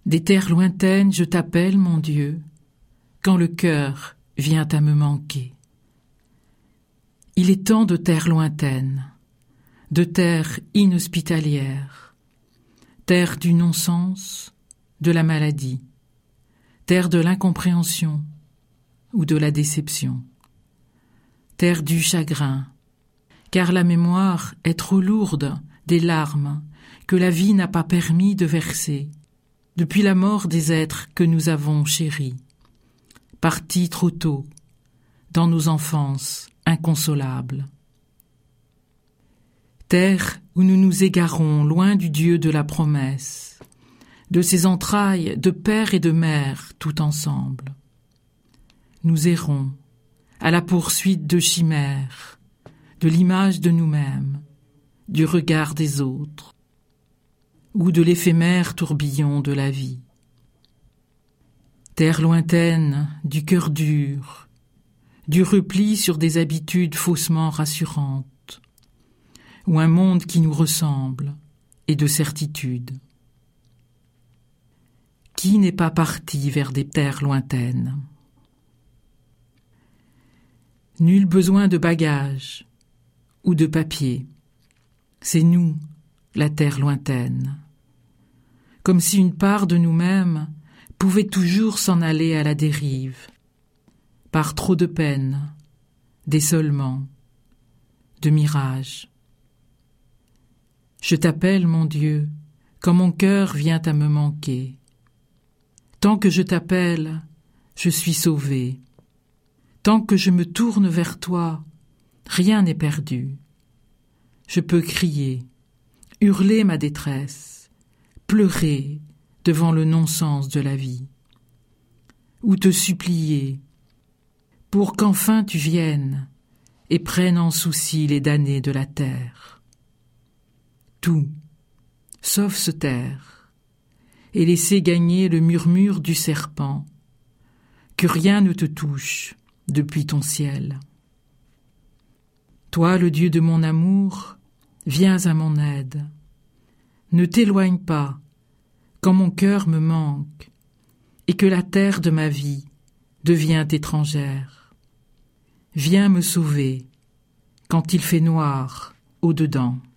Des terres lointaines, je t'appelle, mon Dieu, quand le cœur vient à me manquer. Il est temps de terres lointaines, de terres inhospitalières, terre du non-sens, de la maladie, terre de l'incompréhension ou de la déception, terre du chagrin, car la mémoire est trop lourde des larmes que la vie n'a pas permis de verser depuis la mort des êtres que nous avons chéris, partis trop tôt dans nos enfances inconsolables. Terre où nous nous égarons loin du Dieu de la promesse, de ses entrailles de père et de mère tout ensemble. Nous errons à la poursuite de chimères, de l'image de nous-mêmes, du regard des autres, ou de l'éphémère tourbillon de la vie. Terre lointaine du cœur dur, du repli sur des habitudes faussement rassurantes, ou un monde qui nous ressemble, et de certitude. Qui n'est pas parti vers des terres lointaines? Nul besoin de bagages ou de papier. C'est nous, la terre lointaine. Comme si une part de nous-mêmes pouvait toujours s'en aller à la dérive, par trop de peine, d'isolement, de mirage. Je t'appelle, mon Dieu, quand mon cœur vient à me manquer. Tant que je t'appelle, je suis sauvé. Tant que je me tourne vers toi, rien n'est perdu. Je peux crier, hurler ma détresse, pleurer devant le non-sens de la vie, ou te supplier pour qu'enfin tu viennes et prennes en souci les damnés de la terre. Tout, sauf se taire, et laisser gagner le murmure du serpent, que rien ne te touche depuis ton ciel. Toi, le Dieu de mon amour, viens à mon aide. Ne t'éloigne pas quand mon cœur me manque et que la terre de ma vie devient étrangère. Viens me sauver quand il fait noir au-dedans.